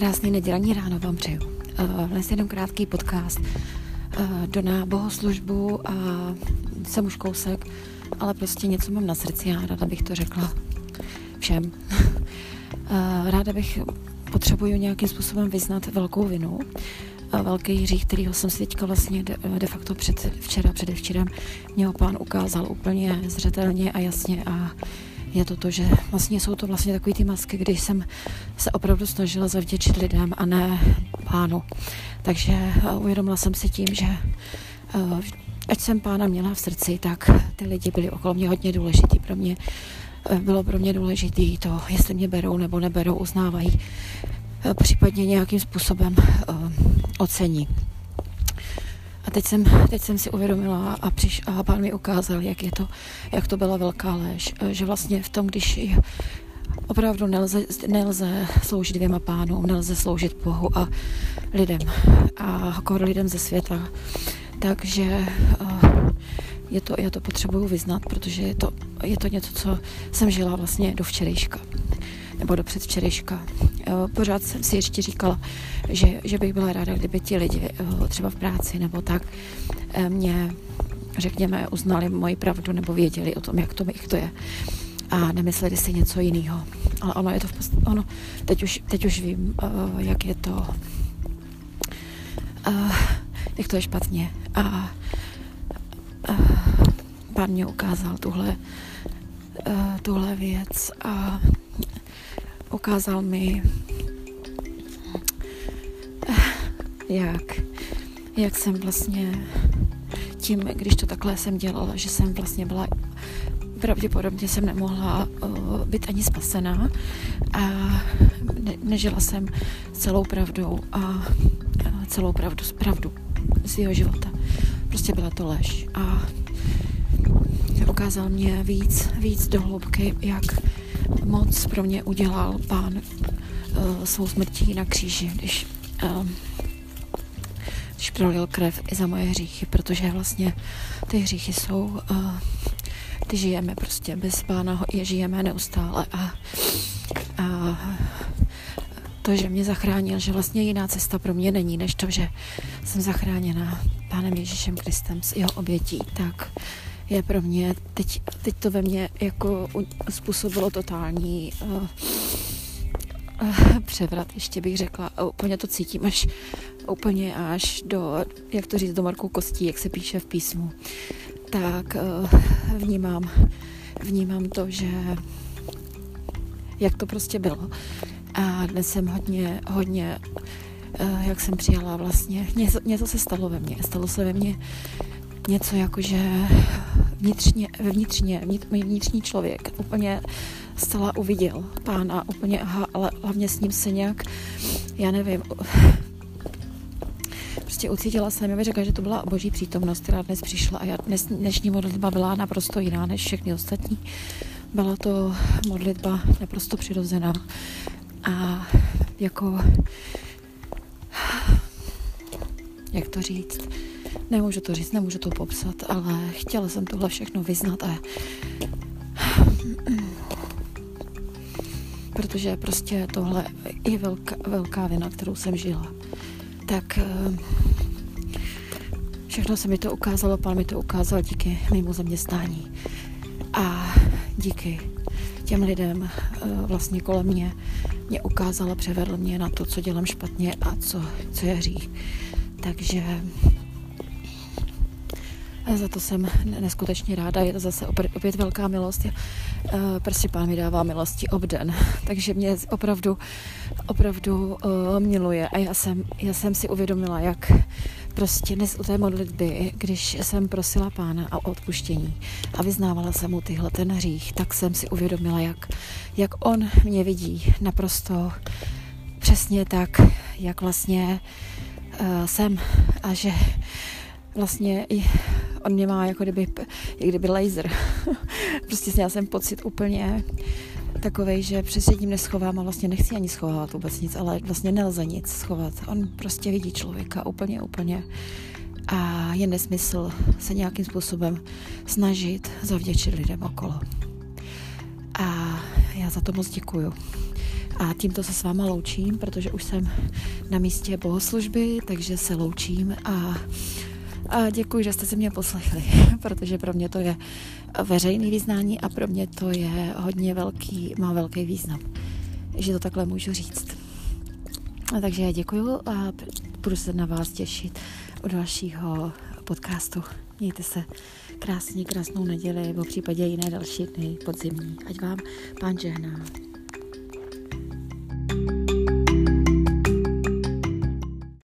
Krásný nedělní ráno vám přeju. Dnes jenom krátký podcast na bohoslužbu a jsem už kousek, ale prostě něco mám na srdci a ráda bych to řekla všem. Ráda bych potřebuju nějakým způsobem vyznat velkou vinu, velký hřích, kterýho jsem si teďka vlastně de facto předevčírem mě ho Pán ukázal úplně zřetelně a jasně a je to, že vlastně jsou to vlastně takový ty masky, když jsem se opravdu snažila zavděčit lidem a ne Pánu. Takže uvědomila jsem si tím, že ať jsem Pána měla v srdci, tak ty lidi byli okolo mě hodně důležitý pro mě. Bylo pro mě důležitý to, jestli mě berou nebo neberou, uznávají, případně nějakým způsobem ocení. A teď jsem si uvědomila a Pán mi ukázal, jak to byla velká lež, že vlastně v tom, když opravdu nelze sloužit dvěma pánům, nelze sloužit Bohu a lidem a lidem ze světa. Takže já to potřebuju vyznat, protože je to něco, co jsem žila vlastně do včerejška nebo do předvčerejška. Pořád jsem si ještě říkala, že bych byla ráda, kdyby ti lidi třeba v práci nebo tak mě, řekněme, uznali moji pravdu nebo věděli o tom, jak to je a nemysleli si něco jiného. Ale ono je to teď už vím, jak je to špatně a Pán mě ukázal tuhle věc a ukázal mi, jak jsem vlastně tím, když to takhle jsem dělala, že jsem vlastně byla, pravděpodobně jsem nemohla být ani spasená a nežila jsem celou pravdou a celou pravdu svého života. Prostě byla to lež a ukázal mě víc do hloubky, jak moc pro mě udělal Pán svou smrtí na kříži, když prolil krev i za moje hříchy, protože vlastně ty hříchy jsou, ty žijeme prostě bez Pána, je žijeme neustále a to, že mě zachránil, že vlastně jiná cesta pro mě není, než to, že jsem zachráněna Pánem Ježíšem Kristem s jeho obětí, tak je pro mě, teď to ve mně jako způsobilo totální převrat, ještě bych řekla, a úplně to cítím až do, jak to říct, do marku kostí, jak se píše v písmu, tak vnímám to, že jak to prostě bylo. A dnes jsem hodně, jak jsem přijala vlastně, něco se stalo ve mně. Stalo se ve mně něco jakože můj vnitřní člověk úplně zcela uviděl Pána, úplně ale hlavně s ním se nějak, já nevím, prostě ucítila jsem, já bych řekla, že to byla Boží přítomnost, která dnes přišla a dnešní modlitba byla naprosto jiná než všechny ostatní. Byla to modlitba naprosto přirozená a jako, jak to říct, nemůžu to popsat, ale chtěla jsem tohle všechno vyznat a protože prostě tohle je velká vina, kterou jsem žila. Tak všechno se mi to ukázalo, Pán mi to ukázal díky mému zaměstnání a díky těm lidem vlastně kolem mě ukázal a převedl mě na to, co dělám špatně a co je hřích. Takže za to jsem neskutečně ráda, je to zase opět velká milost. Prostě Pán mi dává milosti obden, takže mě opravdu miluje a já jsem si uvědomila, jak prostě dnes u té modlitby, když jsem prosila Pána o odpuštění a vyznávala jsem mu ten hřích, tak jsem si uvědomila, jak on mě vidí naprosto přesně tak, jak vlastně jsem a že vlastně on mě má jako kdyby laser. Prostě já jsem pocit úplně takovej, že přesně tím neschovám a vlastně nechci ani schovávat vůbec nic, ale vlastně nelze nic schovat. On prostě vidí člověka úplně a je nesmysl se nějakým způsobem snažit zavděčit lidem okolo. A já za to moc děkuju. A tímto se s váma loučím, protože už jsem na místě bohoslužby, takže se loučím a děkuji, že jste si mě poslechli, protože pro mě to je veřejný vyznání a pro mě to je má velký význam, že to takhle můžu říct. Takže já děkuju a budu se na vás těšit u dalšího podcastu. Mějte se krásnou neděli, v případě jiné další dny podzimní. Ať vám Pán žehná.